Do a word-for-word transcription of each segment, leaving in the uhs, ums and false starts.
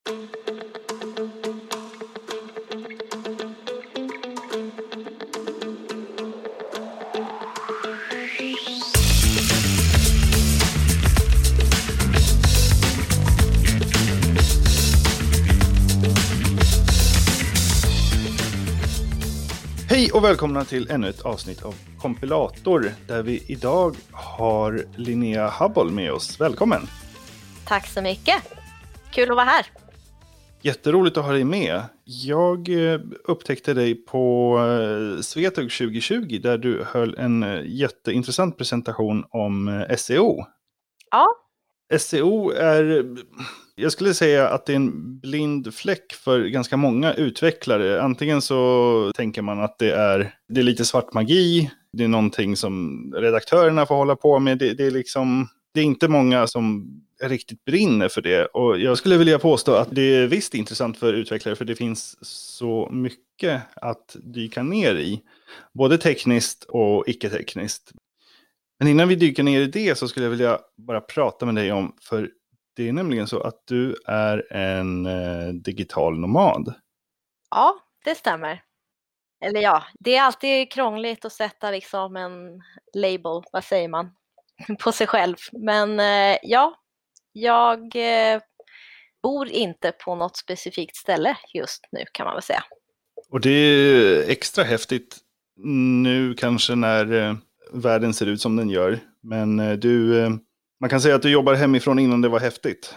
Hej och välkomna till ännu ett avsnitt av Kompilator där vi idag har Linnea Hubble med oss. Välkommen! Tack så mycket! Kul att vara här! Jätteroligt att ha dig med. Jag upptäckte dig på Swetug tjugo tjugo där du höll en jätteintressant presentation om S E O. Ja. S E O är, jag skulle säga att det är en blind fläck för ganska många utvecklare. Antingen så tänker man att det är, det är lite svart magi, det är någonting som redaktörerna får hålla på med. Det, det är liksom, det är inte många som riktigt brinner för det. Och jag skulle vilja påstå att det är visst intressant för utvecklare för det finns så mycket att dyka ner i. Både tekniskt och icke-tekniskt. Men innan vi dyker ner i det så skulle jag vilja bara prata med dig om, för det är nämligen så att du är en eh, digital nomad. Ja, det stämmer. Eller ja, det är alltid krångligt att sätta liksom en label, vad säger man, på sig själv. Men eh, ja, jag eh, bor inte på något specifikt ställe just nu kan man väl säga. Och det är extra häftigt nu kanske när eh, världen ser ut som den gör. Men eh, du, eh, man kan säga att du jobbar hemifrån innan det var häftigt.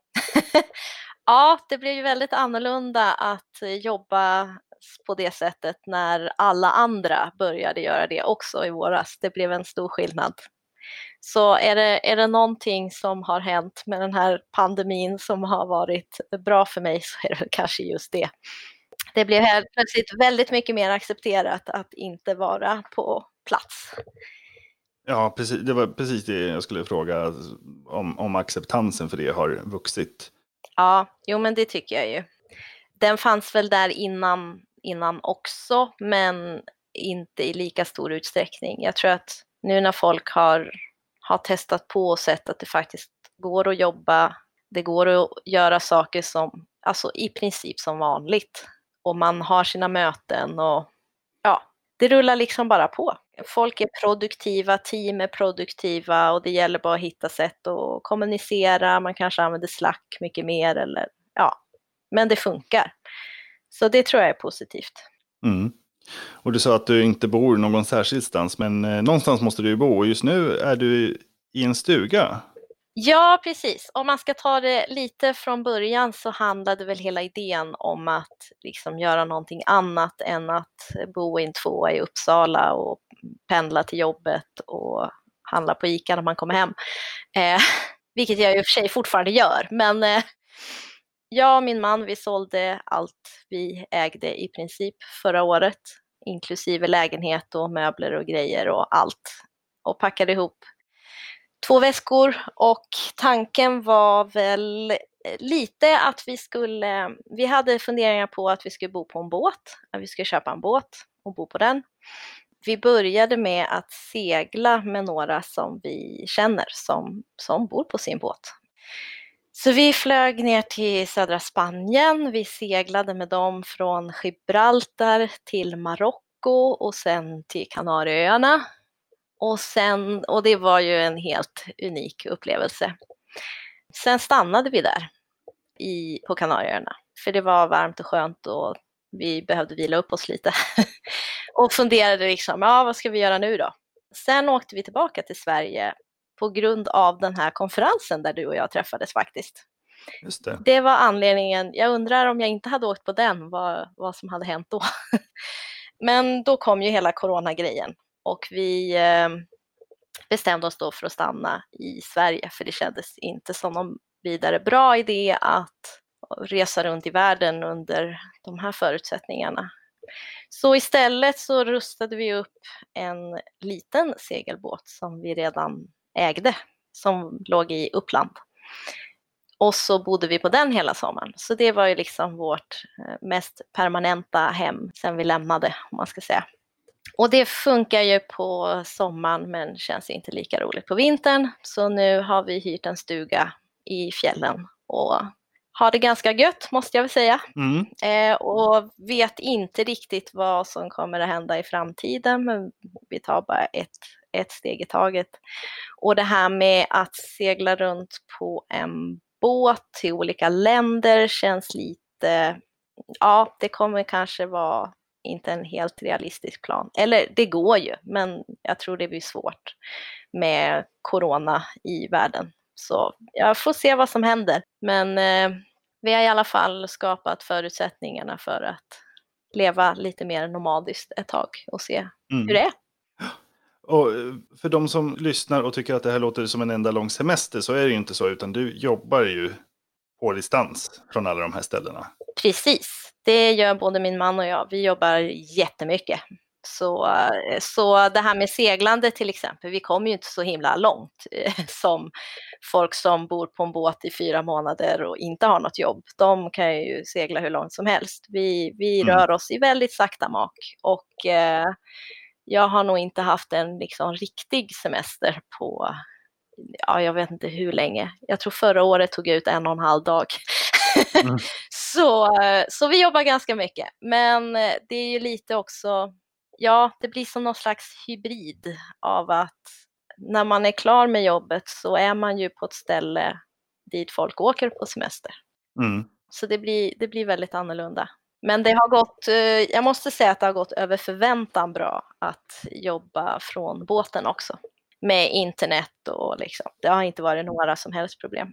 Ja, det blev ju väldigt annorlunda att jobba på det sättet när alla andra började göra det också i våras. Det blev en stor skillnad. Så är det, är det någonting som har hänt med den här pandemin som har varit bra för mig så är det kanske just det. Det blev helt plötsligt väldigt mycket mer accepterat att inte vara på plats. Ja, precis, det var precis det jag skulle fråga om, om acceptansen för det har vuxit. Ja, jo men det tycker jag ju. Den fanns väl där innan, innan också, men inte i lika stor utsträckning. Jag tror att nu när folk har, har testat på och sett att det faktiskt går att jobba, det går att göra saker som, alltså i princip som vanligt. Och man har sina möten och ja, det rullar liksom bara på. Folk är produktiva, team är produktiva och det gäller bara att hitta sätt att kommunicera. Man kanske använder Slack mycket mer eller ja, men det funkar. Så det tror jag är positivt. Mm. Och du sa att du inte bor någon särskild stans, men eh, någonstans måste du ju bo. Och just nu är du i en stuga. Ja, precis. Om man ska ta det lite från början så handlade väl hela idén om att liksom göra någonting annat än att bo i en tvåa i Uppsala och pendla till jobbet och handla på ICA när man kommer hem. Eh, vilket jag i och för sig fortfarande gör. Men eh, jag och min man, vi sålde allt vi ägde i princip förra året. Inklusive lägenhet och möbler och grejer och allt. Och packade ihop två väskor och tanken var väl lite att vi skulle, vi hade funderingar på att vi skulle bo på en båt, att vi skulle köpa en båt och bo på den. Vi började med att segla med några som vi känner som, som bor på sin båt. Så vi flög ner till södra Spanien, vi seglade med dem från Gibraltar till Marocko och sen till Kanarieöarna. Och, sen, och det var ju en helt unik upplevelse. Sen stannade vi där i, på Kanarieöarna. För det var varmt och skönt och vi behövde vila upp oss lite. Och funderade liksom, ja vad ska vi göra nu då? Sen åkte vi tillbaka till Sverige på grund av den här konferensen där du och jag träffades faktiskt. Just det. Det var anledningen, jag undrar om jag inte hade åkt på den, vad, vad som hade hänt då. Men då kom ju hela coronagrejen. Och vi eh, bestämde oss då för att stanna i Sverige för det kändes inte som någon vidare bra idé att resa runt i världen under de här förutsättningarna. Så istället så rustade vi upp en liten segelbåt som vi redan ägde som låg i Uppland. Och så bodde vi på den hela sommaren. Så det var ju liksom vårt mest permanenta hem sen vi lämnade, om man ska säga. Och det funkar ju på sommaren men känns inte lika roligt på vintern. Så nu har vi hyrt en stuga i fjällen och har det ganska gött, måste jag väl säga. Mm. Eh, och vet inte riktigt vad som kommer att hända i framtiden, men vi tar bara ett, ett steg i taget. Och det här med att segla runt på en båt till olika länder känns lite, ja, det kommer kanske vara inte en helt realistisk plan. Eller det går ju, men jag tror det blir svårt med corona i världen. Så jag får se vad som händer. Men eh, vi har i alla fall skapat förutsättningarna för att leva lite mer nomadiskt ett tag och se Mm. hur det är. Och för de som lyssnar och tycker att det här låter som en enda lång semester så är det ju inte så, utan du jobbar ju på distans från alla de här ställena. Precis, det gör både min man och jag. Vi jobbar jättemycket. Så, så det här med seglande till exempel, vi kommer ju inte så himla långt som folk som bor på en båt i fyra månader och inte har något jobb. De kan ju segla hur långt som helst. Vi, vi Mm. rör oss i väldigt sakta mak och eh, jag har nog inte haft en liksom riktig semester på, ja, jag vet inte hur länge. Jag tror förra året tog jag ut en och en halv dag. Mm. så, så vi jobbar ganska mycket. Men det är ju lite också, ja, det blir som någon slags hybrid av att när man är klar med jobbet så är man ju på ett ställe dit folk åker på semester. Mm. Så det blir, det blir väldigt annorlunda. Men det har gått, jag måste säga att det har gått över förväntan bra att jobba från båten också. Med internet och liksom, det har inte varit några som helst problem.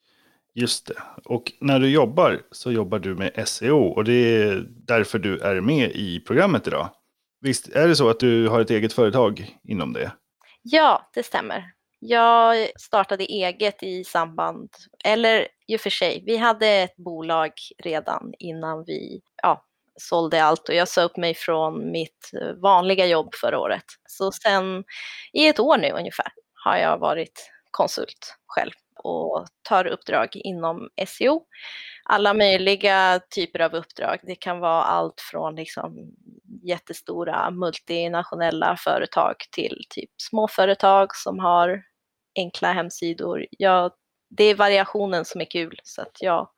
Just det. Och när du jobbar så jobbar du med S E O och det är därför du är med i programmet idag. Visst är det så att du har ett eget företag inom det? Ja, det stämmer. Jag startade eget i samband, eller ju för sig, vi hade ett bolag redan innan vi ja, sålde allt och jag sa upp mig från mitt vanliga jobb förra året. Så sen i ett år nu ungefär har jag varit konsult själv och tar uppdrag inom S E O. Alla möjliga typer av uppdrag. Det kan vara allt från liksom jättestora multinationella företag till typ småföretag som har enkla hemsidor. Jag, det är variationen som är kul så att jag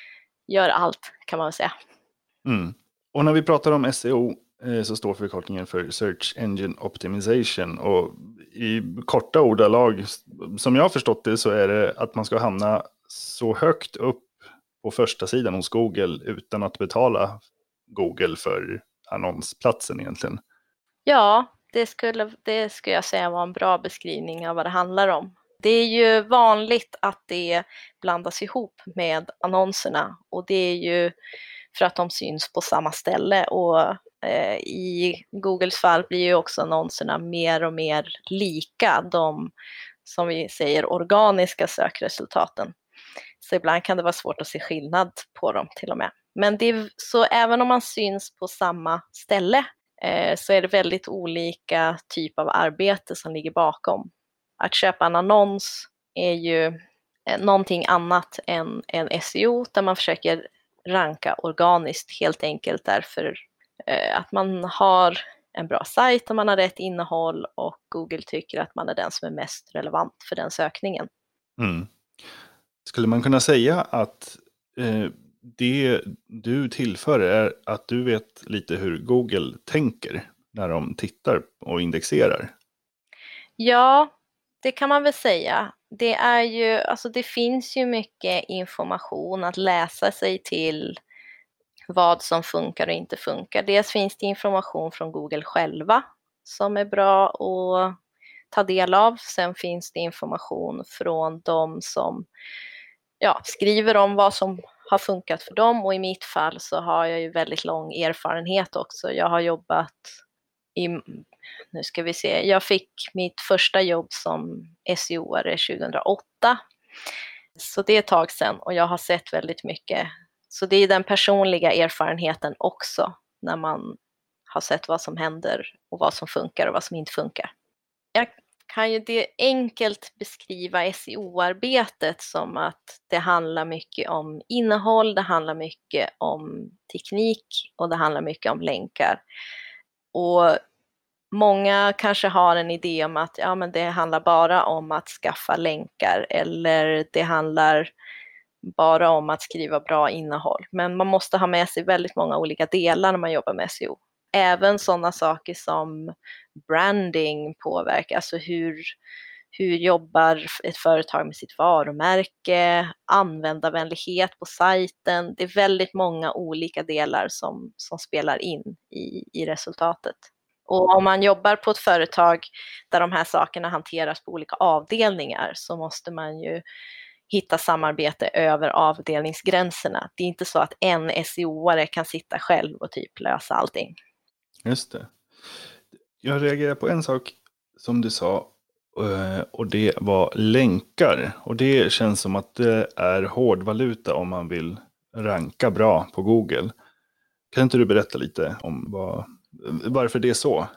gör allt kan man väl säga. Mm. Och när vi pratar om S E O eh, så står förkortningen för Search Engine Optimization och i korta ordalag som jag har förstått det så är det att man ska hamna så högt upp på första sidan hos Google utan att betala Google för annonsplatsen egentligen. Ja, det skulle, det skulle jag säga var en bra beskrivning av vad det handlar om. Det är ju vanligt att det blandas ihop med annonserna och det är ju för att de syns på samma ställe och eh, i Googles fall blir ju också annonserna mer och mer lika de som vi säger organiska sökresultaten. Så ibland kan det vara svårt att se skillnad på dem till och med. Men det är, så även om man syns på samma ställe eh, så är det väldigt olika typ av arbete som ligger bakom. Att köpa en annons är ju eh, någonting annat än en S E O där man försöker ranka organiskt helt enkelt därför eh, att man har en bra sajt och man har rätt innehåll och Google tycker att man är den som är mest relevant för den sökningen. Mm. Skulle man kunna säga att eh, det du tillför är att du vet lite hur Google tänker när de tittar och indexerar? Ja, det kan man väl säga. Det är ju, alltså det finns ju mycket information att läsa sig till vad som funkar och inte funkar. Dels finns det information från Google själva som är bra att ta del av. Sen finns det information från de som ja, skriver om vad som har funkat för dem och i mitt fall så har jag ju väldigt lång erfarenhet också. Jag har jobbat i, nu ska vi se, jag fick mitt första jobb som S E O-are tjugohundraåtta. Så det är ett tag sedan och jag har sett väldigt mycket. Så det är den personliga erfarenheten också när man har sett vad som händer och vad som funkar och vad som inte funkar. Jag kan ju det enkelt beskriva S E O-arbetet som att det handlar mycket om innehåll, det handlar mycket om teknik och det handlar mycket om länkar. Och många kanske har en idé om att ja, men det handlar bara om att skaffa länkar eller det handlar bara om att skriva bra innehåll. Men man måste ha med sig väldigt många olika delar när man jobbar med S E O. Även sådana saker som branding påverkar, alltså hur, hur jobbar ett företag med sitt varumärke, användarvänlighet på sajten. Det är väldigt många olika delar som, som spelar in i, i resultatet. Och om man jobbar på ett företag där de här sakerna hanteras på olika avdelningar så måste man ju hitta samarbete över avdelningsgränserna. Det är inte så att en S E O-are kan sitta själv och typ lösa allting. Just det. Jag reagerar på en sak som du sa, och det var länkar. Och det känns som att det är hårdvaluta om man vill ranka bra på Google. Kan inte du berätta lite om vad, varför det är så?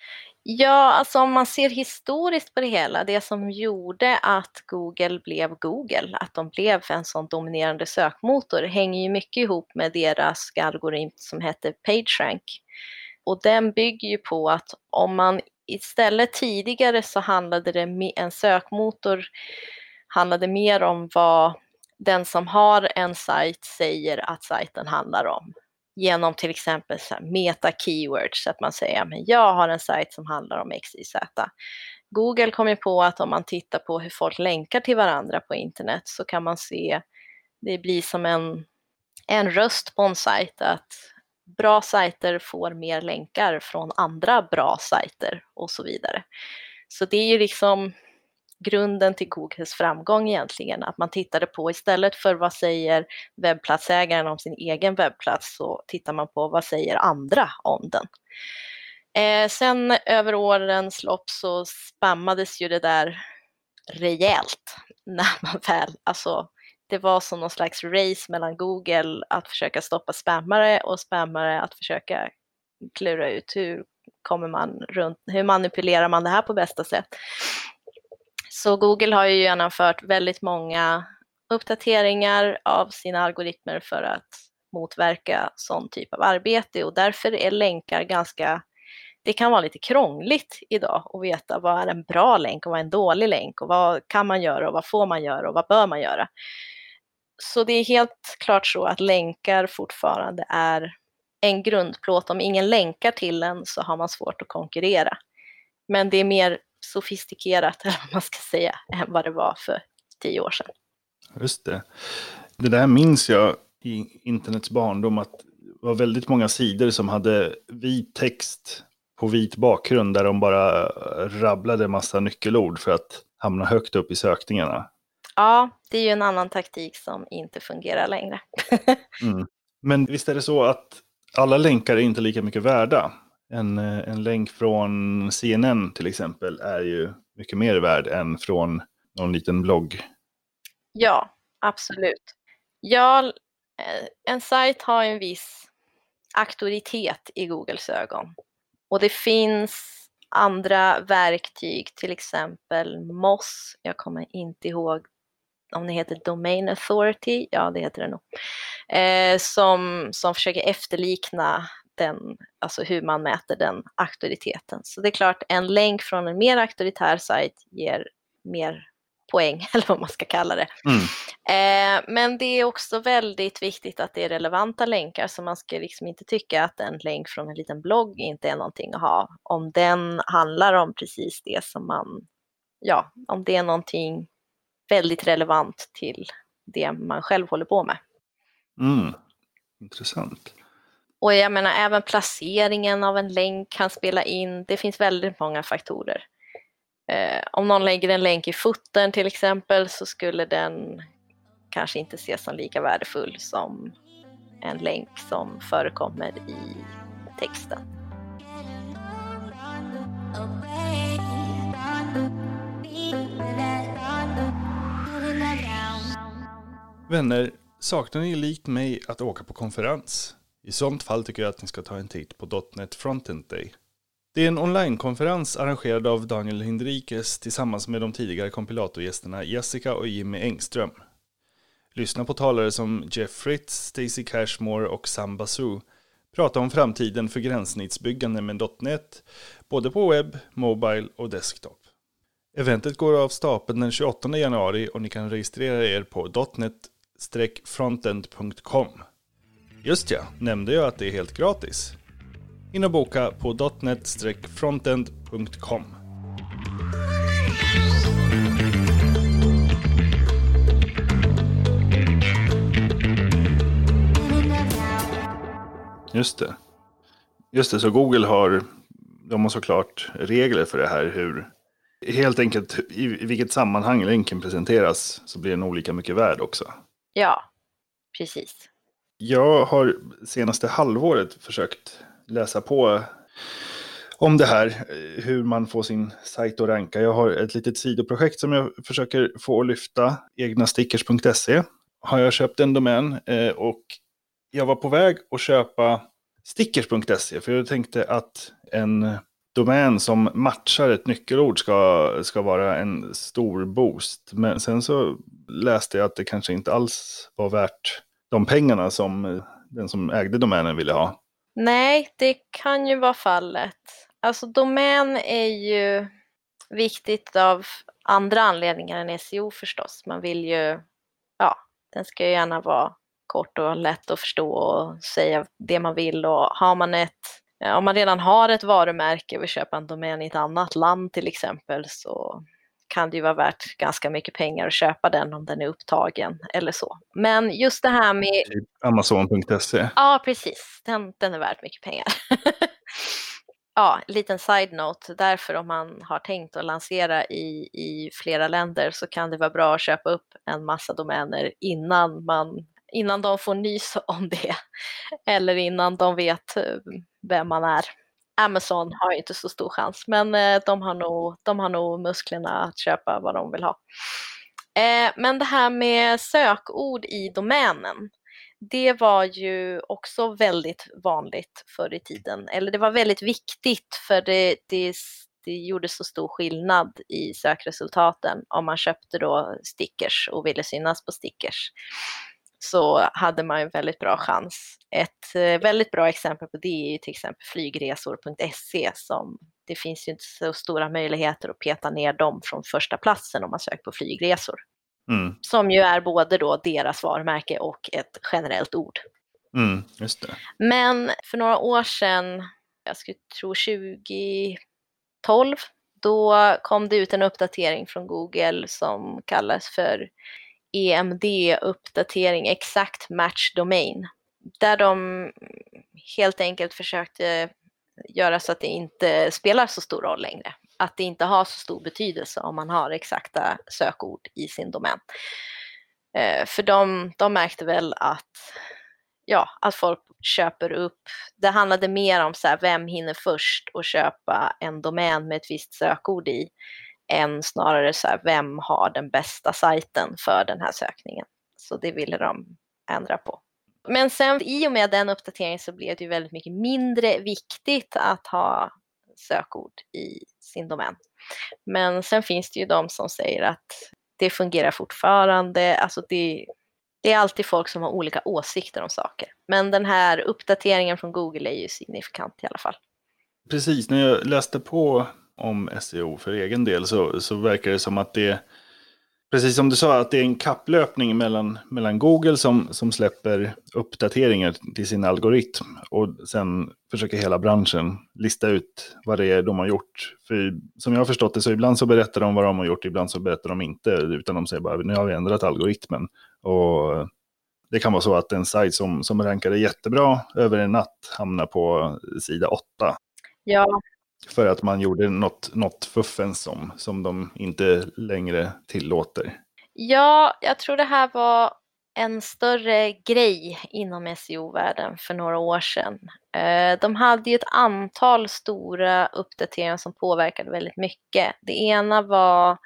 Ja, alltså om man ser historiskt på det hela, det som gjorde att Google blev Google, att de blev en sån dominerande sökmotor, hänger ju mycket ihop med deras algoritm som heter PageRank. Och den bygger ju på att om man istället tidigare så handlade det, en sökmotor handlade mer om vad den som har en sajt säger att sajten handlar om. Genom till exempel så här meta-keywords, att man säger men jag har en sajt som handlar om X Y Z. Google kom ju på att om man tittar på hur folk länkar till varandra på internet så kan man se, det blir som en, en röst på en sajt, att bra sajter får mer länkar från andra bra sajter och så vidare. Så det är ju liksom grunden till Googles framgång egentligen, att man tittade på istället för vad säger webbplatsägaren om sin egen webbplats, så tittar man på vad säger andra om den. Eh, sen över årens lopp så spammades ju det där rejält när man väl, alltså det var som någon slags race mellan Google att försöka stoppa spammare och spammare att försöka klura ut hur kommer man runt, hur manipulerar man det här på bästa sätt. Så Google har ju genomfört väldigt många uppdateringar av sina algoritmer för att motverka sån typ av arbete, och därför är länkar ganska, det kan vara lite krångligt idag att veta vad är en bra länk och vad är en dålig länk och vad kan man göra och vad får man göra och vad bör man göra. Så det är helt klart så att länkar fortfarande är en grundplåt. Om ingen länkar till en så har man svårt att konkurrera. Men det är mer sofistikerat, eller vad man ska säga, än vad det var för tio år sedan. Just det. Det där minns jag i internets barndom, att det var väldigt många sidor som hade vit text på vit bakgrund där de bara rabblade massa nyckelord för att hamna högt upp i sökningarna. Ja, det är ju en annan taktik som inte fungerar längre. mm. Men visst är det så att alla länkar är inte lika mycket värda. En, en länk från C N N till exempel är ju mycket mer värd än från någon liten blogg. Ja, absolut. Ja, en sajt har en viss auktoritet i Googles ögon. Och det finns andra verktyg, till exempel M O S. Jag kommer inte ihåg om det heter Domain Authority. Ja, det heter det nog. Eh, som, som försöker efterlikna den, alltså hur man mäter den auktoriteten. Så det är klart, en länk från en mer auktoritär sajt ger mer poäng, eller vad man ska kalla det. Mm. Eh, men det är också väldigt viktigt att det är relevanta länkar, så man ska liksom inte tycka att en länk från en liten blogg inte är någonting att ha. Om den handlar om precis det som man, ja, om det är någonting väldigt relevant till det man själv håller på med. Mm. Intressant. Och jag menar, även placeringen av en länk kan spela in. Det finns väldigt många faktorer. Eh, om någon lägger en länk i footern till exempel, så skulle den kanske inte ses som lika värdefull som en länk som förekommer i texten. Vänner, saknar ni likt mig att åka på konferens? I sånt fall tycker jag att ni ska ta en titt på .dot net Frontend Day. Det är en onlinekonferens arrangerad av Daniel Hindrikes tillsammans med de tidigare kompilatorgästerna Jessica och Jimmy Engström. Lyssna på talare som Jeff Fritz, Stacey Cashmore och Sam Basu prata om framtiden för gränssnittsbyggande med .dot net, både på webb, mobile och desktop. Eventet går av stapeln den tjugoåttonde januari och ni kan registrera er på dot net frontend punkt com. Just ja, nämnde jag att det är helt gratis. In och boka på dot net frontend punkt com. Just det. Just det, så Google har, de har såklart regler för det här, hur helt enkelt i vilket sammanhang länken presenteras så blir den olika mycket värd också. Ja, precis. Jag har senaste halvåret försökt läsa på om det här, hur man får sin sajt att ranka. Jag har ett litet sidoprojekt som jag försöker få att lyfta, egnastickers punkt se. Har jag köpt en domän och jag var på väg att köpa stickers punkt se för jag tänkte att en domän som matchar ett nyckelord ska, ska vara en stor boost. Men sen så läste jag att det kanske inte alls var värt de pengarna som den som ägde domänen ville ha. Nej, det kan ju vara fallet. Alltså domän är ju viktigt av andra anledningar än S E O förstås. Man vill ju, ja, den ska ju gärna vara kort och lätt att förstå och säga det man vill. Och har man ett, om man redan har ett varumärke och vill köpa en domän i ett annat land till exempel, så kan det ju vara värt ganska mycket pengar att köpa den om den är upptagen eller så. Men just det här med amazon punkt se. Ja, precis. Den, den är värd mycket pengar. Ja, liten side-note. Därför om man har tänkt att lansera i, i flera länder så kan det vara bra att köpa upp en massa domäner innan, man, innan de får nys om det. Eller innan de vet vem man är. Amazon har ju inte så stor chans, men de har nog, de har nog musklerna att köpa vad de vill ha. Eh, men det här med sökord i domänen, det var ju också väldigt vanligt förr i tiden. Eller det var väldigt viktigt för det, det, det gjorde så stor skillnad i sökresultaten. Om man köpte då stickers och ville synas på stickers så hade man en väldigt bra chans. Ett väldigt bra exempel på det är ju till exempel flygresor punkt se. Som, det finns ju inte så stora möjligheter att peta ner dem från första platsen om man söker på flygresor. Mm. Som ju är både då deras varumärke och ett generellt ord. Mm, just det. Men för några år sedan, jag skulle tro tjugo tolv, då kom det ut en uppdatering från Google som kallas för E M D-uppdatering, Exact Match Domain. Där de helt enkelt försökte göra så att det inte spelar så stor roll längre. Att det inte har så stor betydelse om man har exakta sökord i sin domän. Eh, för de, de märkte väl att, ja, att folk köper upp. Det handlade mer om så här, vem hinner först att köpa en domän med ett visst sökord i. Än snarare så här, vem har den bästa sajten för den här sökningen. Så det ville de ändra på. Men sen i och med den uppdateringen så blev det ju väldigt mycket mindre viktigt att ha sökord i sin domän. Men sen finns det ju de som säger att det fungerar fortfarande. Alltså det, det är alltid folk som har olika åsikter om saker. Men den här uppdateringen från Google är ju signifikant i alla fall. Precis, när jag läste på om S E O för egen del så, så verkar det som att det, precis som du sa, att det är en kapplöpning mellan, mellan Google som, som släpper uppdateringar till sin algoritm och sen försöker hela branschen lista ut vad det är de har gjort. För som jag har förstått det så ibland så berättar de vad de har gjort, ibland så berättar de inte, utan de säger bara nu har vi ändrat algoritmen. Och det kan vara så att en sajt som, som rankade jättebra över en natt hamnar på sida åtta. Ja. För att man gjorde något, något fuffens som, som de inte längre tillåter. Ja, jag tror det här var en större grej inom S E O-världen för några år sedan. De hade ju ett antal stora uppdateringar som påverkade väldigt mycket. Det ena var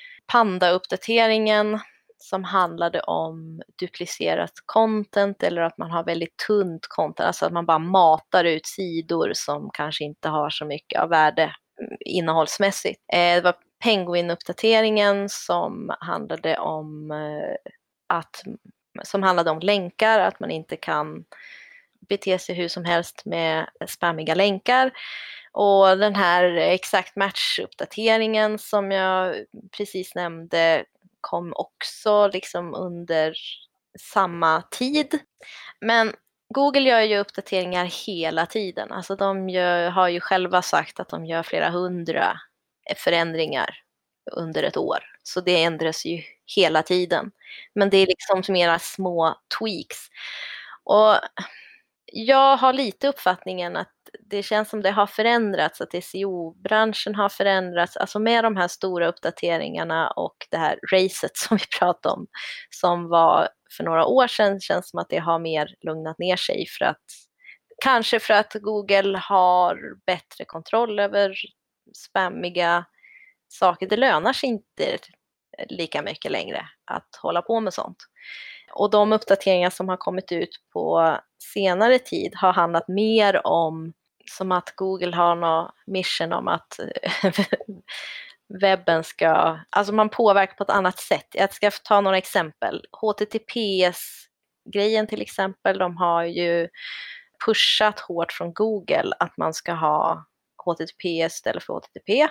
Panda-uppdateringen som handlade om duplicerat content eller att man har väldigt tunt content. Alltså att man bara matar ut sidor som kanske inte har så mycket av värde innehållsmässigt. Det var Penguin-uppdateringen som handlade om att som handlade om länkar, att man inte kan bete sig hur som helst med spammiga länkar. Och den här Exact Match-uppdateringen som jag precis nämnde kom också liksom under samma tid. Men Google gör ju uppdateringar hela tiden. Alltså de gör, har ju själva sagt att de gör flera hundra förändringar under ett år. Så det ändras ju hela tiden. Men det är liksom mera små tweaks. Och jag har lite uppfattningen att det känns som det har förändrats, att S E O-branschen har förändrats, alltså med de här stora uppdateringarna och det här racet som vi pratade om, som var för några år sedan, känns som att det har mer lugnat ner sig för att, kanske för att Google har bättre kontroll över spammiga saker. Det lönar sig inte lika mycket längre att hålla på med sånt. Och de uppdateringar som har kommit ut på senare tid har handlat mer om som att Google har någon mission om att webben ska, alltså man påverkar på ett annat sätt. Jag ska ta några exempel. H T T P S-grejen till exempel, de har ju pushat hårt från Google att man ska ha H T T P S istället för H T T P.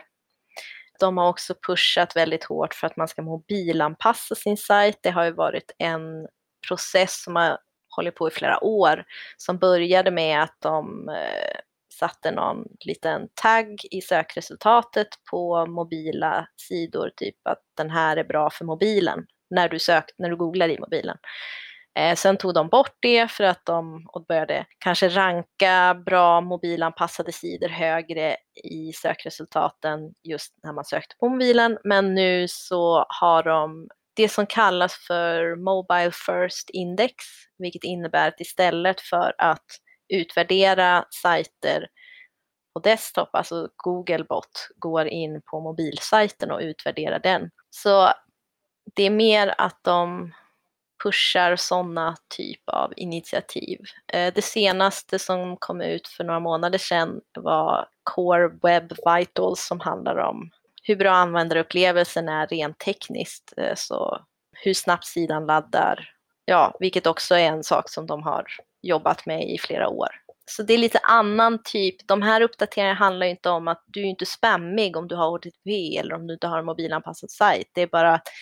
De har också pushat väldigt hårt för att man ska mobilanpassa sin sajt. Det har ju varit en process som har hållit på i flera år, som började med att de eh, satte någon liten tagg i sökresultatet på mobila sidor, typ att den här är bra för mobilen när du sökt, när du googlar i mobilen. Eh, sen tog de bort det för att de och började kanske ranka bra mobilanpassade sidor högre i sökresultaten just när man sökte på mobilen. Men nu så har de det som kallas för Mobile First Index, vilket innebär att istället för att utvärdera sajter på desktop, alltså Googlebot går in på mobilsajten och utvärderar den. Så det är mer att de pushar sådana typ av initiativ. Det senaste som kom ut för några månader sedan var Core Web Vitals, som handlar om hur bra användarupplevelsen är rent tekniskt, så hur snabbt sidan laddar, ja, vilket också är en sak som de har jobbat med i flera år. Så det är lite annan typ, de här uppdateringarna handlar ju inte om att du är inte spammig om du har H T T P eller om du inte har en mobilanpassad sajt, det är bara att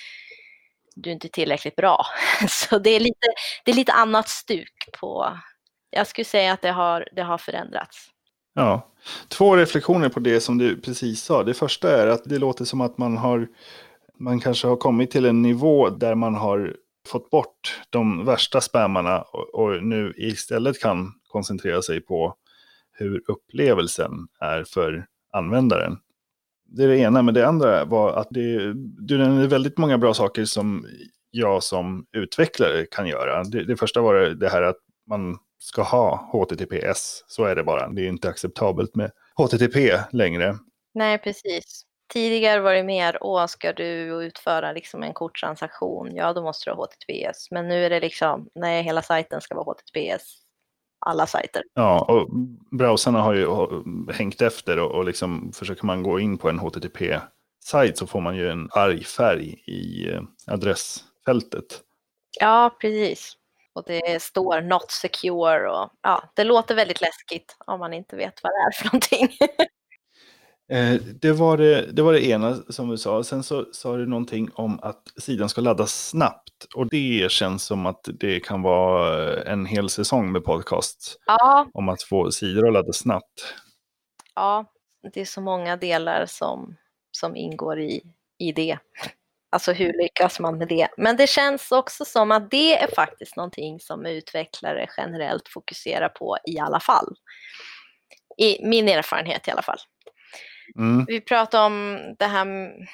du är inte tillräckligt bra. Så det är lite, det är lite annat stuk på, jag skulle säga att det har, det har förändrats. Ja, två reflektioner på det som du precis sa. Det första är att det låter som att man har, man kanske har kommit till en nivå där man har fått bort de värsta spammarna och, och nu istället kan koncentrera sig på hur upplevelsen är för användaren. Det är det ena, men det andra var att det, det är väldigt många bra saker som jag som utvecklare kan göra. Det, det första var det här att man ska ha H T T P S, så är det bara. Det är inte acceptabelt med H T T P längre. Nej, precis. Tidigare var det mer, åh, ska du utföra liksom en korttransaktion? Ja, då måste du ha H T T P S. Men nu är det liksom, nej, hela sajten ska vara H T T P S. Alla sajter. Ja, och browsarna har ju hängt efter och, och liksom försöker man gå in på en H T T P-sajt så får man ju en arg färg i adressfältet. Ja, precis. Och det står not secure och ja, det låter väldigt läskigt om man inte vet vad det är för någonting. eh, det, var det, det var det ena som du sa. Sen så sa du någonting om att sidan ska laddas snabbt. Och det känns som att det kan vara en hel säsong med podcast. Ja. Om att få sidor att ladda snabbt. Ja, det är så många delar som, som ingår i, i det. Alltså hur lyckas man med det? Men det känns också som att det är faktiskt någonting som utvecklare generellt fokuserar på i alla fall. I min erfarenhet i alla fall. Mm. Vi pratade om det här,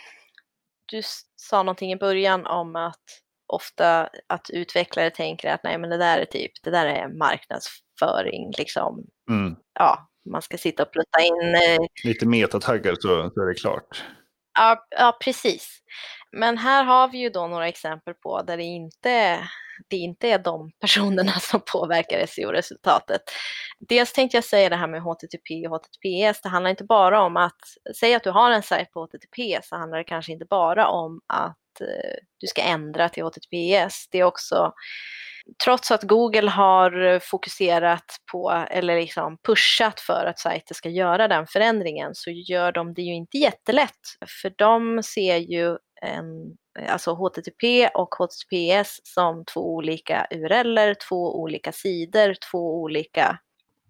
du sa någonting i början om att ofta att utvecklare tänker att nej, men det där är typ, det där är marknadsföring liksom. Mm. Ja, man ska sitta och plutta in eh... lite metataggar så, så är det klart. Ja, ja, precis. Men här har vi ju då några exempel på där det inte, det inte är de personerna som påverkar S E O-resultatet. Dels tänkte jag säga det här med H T T P och H T T P S. Det handlar inte bara om att, säga att du har en sajt på H T T P, så handlar det kanske inte bara om att eh, du ska ändra till H T T P S. Det är också, trots att Google har fokuserat på eller liksom pushat för att sajter ska göra den förändringen, så gör de det ju inte jättelätt. För de ser ju en, alltså H T T P och H T T P S som två olika U R L, två olika sidor, två olika.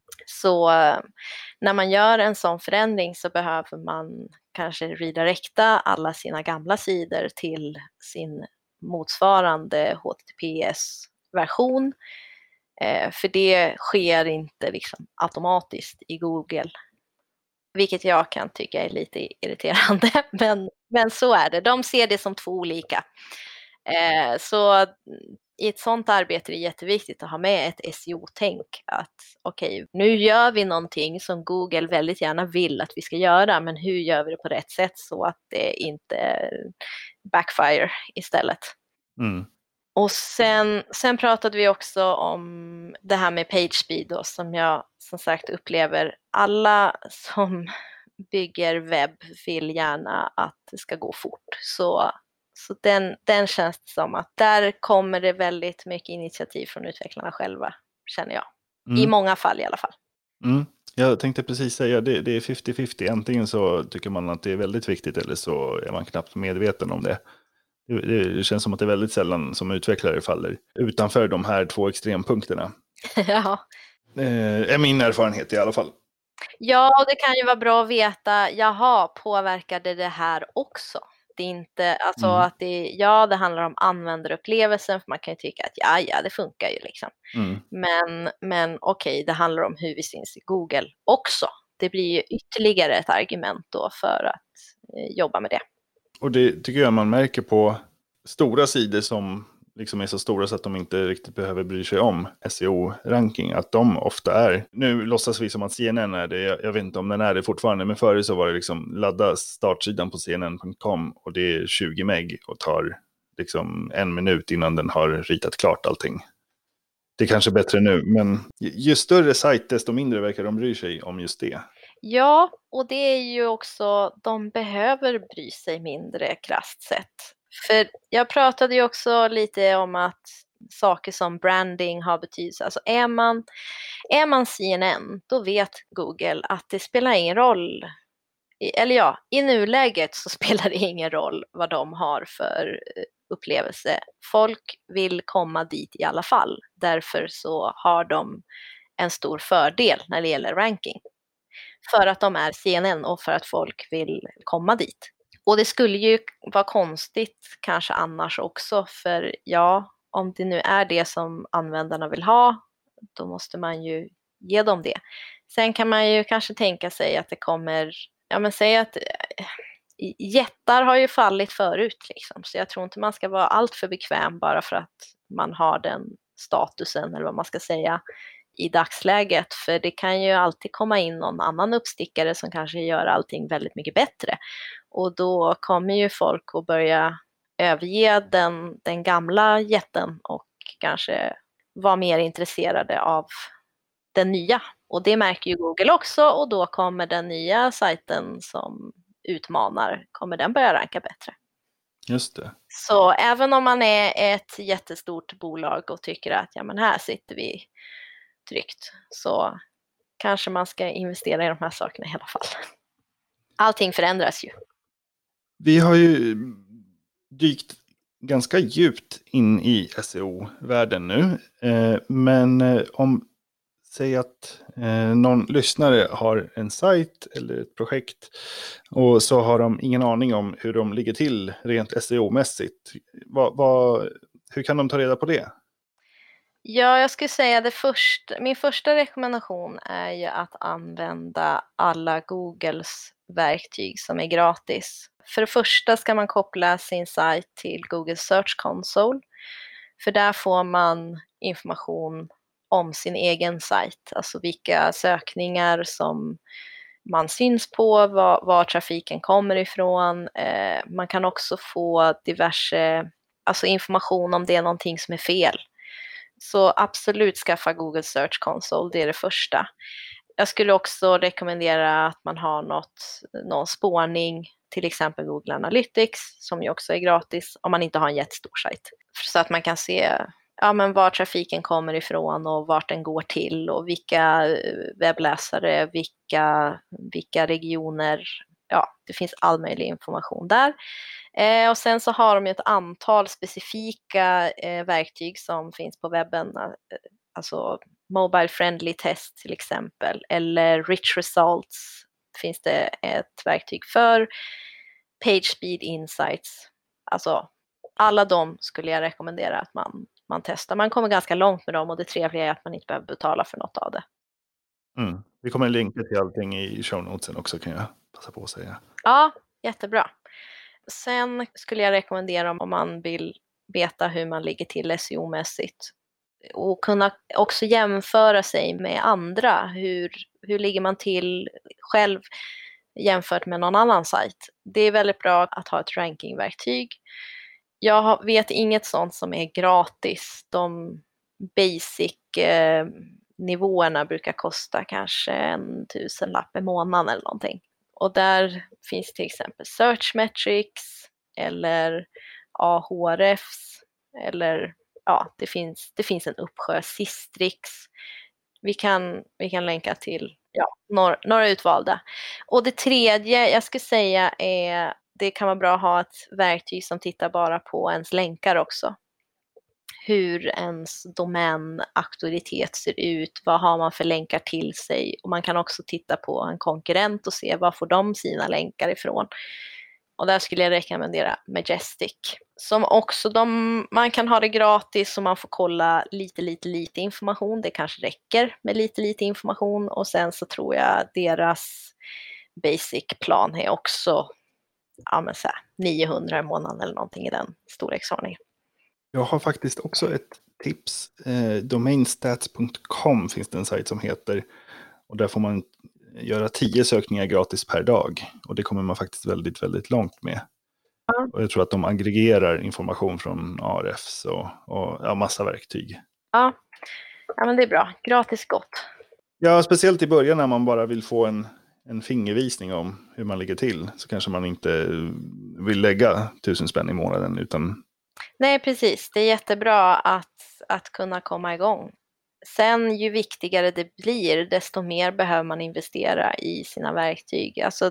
Så när man gör en sån förändring så behöver man kanske redirecta alla sina gamla sidor till sin motsvarande H T T P S-version. Eh, för det sker inte liksom automatiskt i Google. Vilket jag kan tycka är lite irriterande. Men, men så är det. De ser det som två olika. Eh, så i ett sånt arbete är det jätteviktigt att ha med ett S E O-tänk. Att okej, okay, nu gör vi någonting som Google väldigt gärna vill att vi ska göra. Men hur gör vi det på rätt sätt så att det inte backfire istället. Mm. Och sen, sen pratade vi också om det här med page speed då, som jag som sagt upplever alla som bygger webb vill gärna att det ska gå fort. Så, så den, den känns som att där kommer det väldigt mycket initiativ från utvecklarna själva, känner jag. Mm. I många fall i alla fall. Mm. Jag tänkte precis säga, det, det är femtio femtio. Antingen så tycker man att det är väldigt viktigt eller så är man knappt medveten om det. Det, det känns som att det är väldigt sällan som utvecklare faller utanför de här två extrempunkterna. Ja. Eh, är min erfarenhet i alla fall. Ja, det kan ju vara bra att veta, jaha, påverkade det här också? Det är inte, alltså mm. att det, ja, det handlar om användarupplevelsen, för man kan ju tycka att ja, ja, det funkar ju liksom. Mm. Men, men okej, okay, det handlar om hur vi syns i Google också. Det blir ju ytterligare ett argument då för att eh, jobba med det. Och det tycker jag man märker på stora sidor som liksom är så stora så att de inte riktigt behöver bry sig om S E O-ranking. Att de ofta är, nu låtsas vi som att C N N är det, jag, jag vet inte om den är det fortfarande, men förr så var det liksom ladda startsidan på C N N punkt com och det är tjugo meg och tar liksom en minut innan den har ritat klart allting. Det är kanske bättre nu, men ju större sajt desto mindre verkar de bry sig om just det. Ja, och det är ju också, de behöver bry sig mindre krasst sett. För jag pratade ju också lite om att saker som branding har betydelse. Alltså är man, är man C N N, då vet Google att det spelar ingen roll. Eller ja, i nuläget så spelar det ingen roll vad de har för upplevelse. Folk vill komma dit i alla fall. Därför så har de en stor fördel när det gäller ranking. För att de är C N N och för att folk vill komma dit. Och det skulle ju vara konstigt kanske annars också, för ja, om det nu är det som användarna vill ha, då måste man ju ge dem det. Sen kan man ju kanske tänka sig att det kommer, ja men säg att jättar har ju fallit förut liksom, så jag tror inte man ska vara allt för bekväm bara för att man har den statusen eller vad man ska säga i dagsläget, för det kan ju alltid komma in någon annan uppstickare som kanske gör allting väldigt mycket bättre. Och då kommer ju folk att börja överge den, den gamla jätten och kanske vara mer intresserade av den nya. Och det märker ju Google också, och då kommer den nya sajten som utmanar, kommer den börja ranka bättre. Just det. Så även om man är ett jättestort bolag och tycker att ja, men här sitter vi tryggt, så kanske man ska investera i de här sakerna i alla fall. Allting förändras ju. Vi har ju dykt ganska djupt in i S E O-världen nu. Men om, säg att någon lyssnare har en sajt eller ett projekt och så har de ingen aning om hur de ligger till rent S E O-mässigt. Vad, vad, hur kan de ta reda på det? Ja, jag skulle säga det först, min första rekommendation är ju att använda alla Googles verktyg som är gratis. För det första ska man koppla sin sajt till Google Search Console, för där får man information om sin egen sajt, alltså vilka sökningar som man syns på, var, var trafiken kommer ifrån. Eh, man kan också få diverse, alltså information om det är någonting som är fel. Så absolut skaffa Google Search Console, det är det första. Jag skulle också rekommendera att man har något, någon spårning, till exempel Google Analytics, som ju också är gratis om man inte har en jättestor sajt. Så att man kan se ja, men var trafiken kommer ifrån och vart den går till och vilka webbläsare, vilka, vilka regioner ja, det finns all möjlig information där. Eh, och sen så har de ett antal specifika eh, verktyg som finns på webben, eh, alltså Mobile Friendly Test till exempel, eller Rich Results finns det ett verktyg för, Page Speed Insights, alltså alla de skulle jag rekommendera att man, man testar. Man kommer ganska långt med dem och det trevliga är att man inte behöver betala för något av det. Mm. Vi kommer länka till allting i show notesen också, kan jag passa på att säga. Ja, jättebra. Sen skulle jag rekommendera om man vill veta hur man ligger till S E O-mässigt och kunna också jämföra sig med andra. Hur, hur ligger man till själv jämfört med någon annan sajt? Det är väldigt bra att ha ett rankingverktyg. Jag vet inget sånt som är gratis. De basic eh, nivåerna brukar kosta kanske en tusenlapp i månaden eller någonting. Och där finns till exempel Searchmetrics eller A H R Fs eller ja, det finns, det finns en uppsjö Sistrix. Vi kan, vi kan länka till ja, några, några utvalda. Och det tredje jag skulle säga är, det kan vara bra att ha ett verktyg som tittar bara på ens länkar också. Hur ens domänauktoritet ser ut, vad har man för länkar till sig, och man kan också titta på en konkurrent och se var får de sina länkar ifrån. Och där skulle jag rekommendera Majestic. Som också de, man kan ha det gratis och man får kolla lite, lite, lite information. Det kanske räcker med lite, lite information. Och sen så tror jag deras basic-plan är också ja, men så här, niohundra i månaden eller någonting i den storleksordningen. Jag har faktiskt också ett tips. Eh, domainstats punkt com finns det en sajt som heter. Och där får man göra tio sökningar gratis per dag. Och det kommer man faktiskt väldigt, väldigt långt med. Mm. Och jag tror att de aggregerar information från A R Fs och, och ja, massa verktyg. Ja. ja, men det är bra. Gratis gott. Ja, speciellt i början när man bara vill få en, en fingervisning om hur man ligger till. Så kanske man inte vill lägga tusen spänn i månaden utan... Nej, precis. Det är jättebra att, att kunna komma igång. Sen ju viktigare det blir, desto mer behöver man investera i sina verktyg. Alltså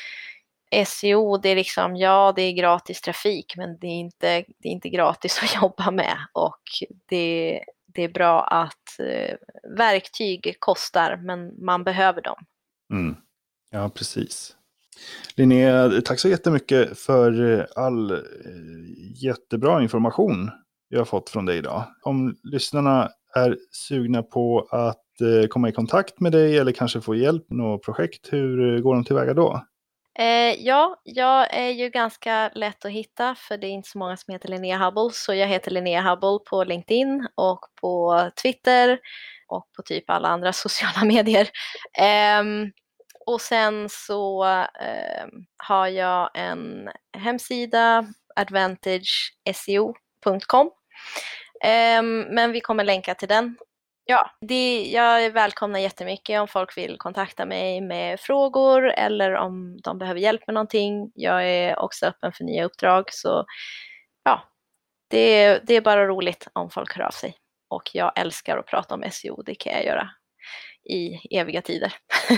S E O, det är liksom, ja det är gratis trafik, men det är inte, det är inte gratis att jobba med. Och det, det är bra att eh, verktyg kostar, men man behöver dem. Mm. Ja, precis. Linnea, tack så jättemycket för all jättebra information jag har fått från dig idag. Om lyssnarna är sugna på att komma i kontakt med dig eller kanske få hjälp med något projekt, hur går de tillväga då? Eh, ja, jag är ju ganska lätt att hitta för det är inte så många som heter Linnea Hubble, så jag heter Linnea Hubble på LinkedIn och på Twitter och på typ alla andra sociala medier. Eh, Och sen så eh, har jag en hemsida, advantage s e o punkt com. Eh, men vi kommer länka till den. Ja, det, jag välkomnar jättemycket om folk vill kontakta mig med frågor eller om de behöver hjälp med någonting. Jag är också öppen för nya uppdrag, så ja, det, det är bara roligt om folk hör av sig. Och jag älskar att prata om S E O, det kan jag göra i eviga tider.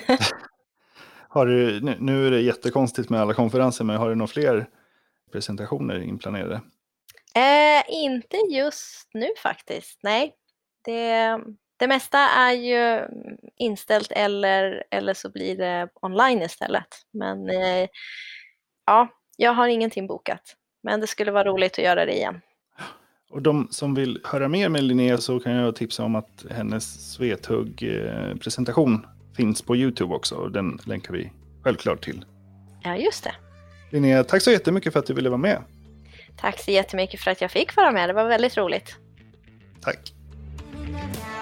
Har du, nu, nu är det jättekonstigt med alla konferenser, men har du några fler presentationer inplanerade? Eh, inte just nu faktiskt, nej. Det, det mesta är ju inställt eller, eller så blir det online istället. Men eh, ja, jag har ingenting bokat. Men det skulle vara roligt att göra det igen. Och de som vill höra mer med Linnea, så kan jag tipsa om att hennes Svethugg-presentation finns på YouTube också. Och den länkar vi självklart till. Ja, just det. Linnea, tack så jättemycket för att du ville vara med. Tack så jättemycket för att jag fick vara med. Det var väldigt roligt. Tack.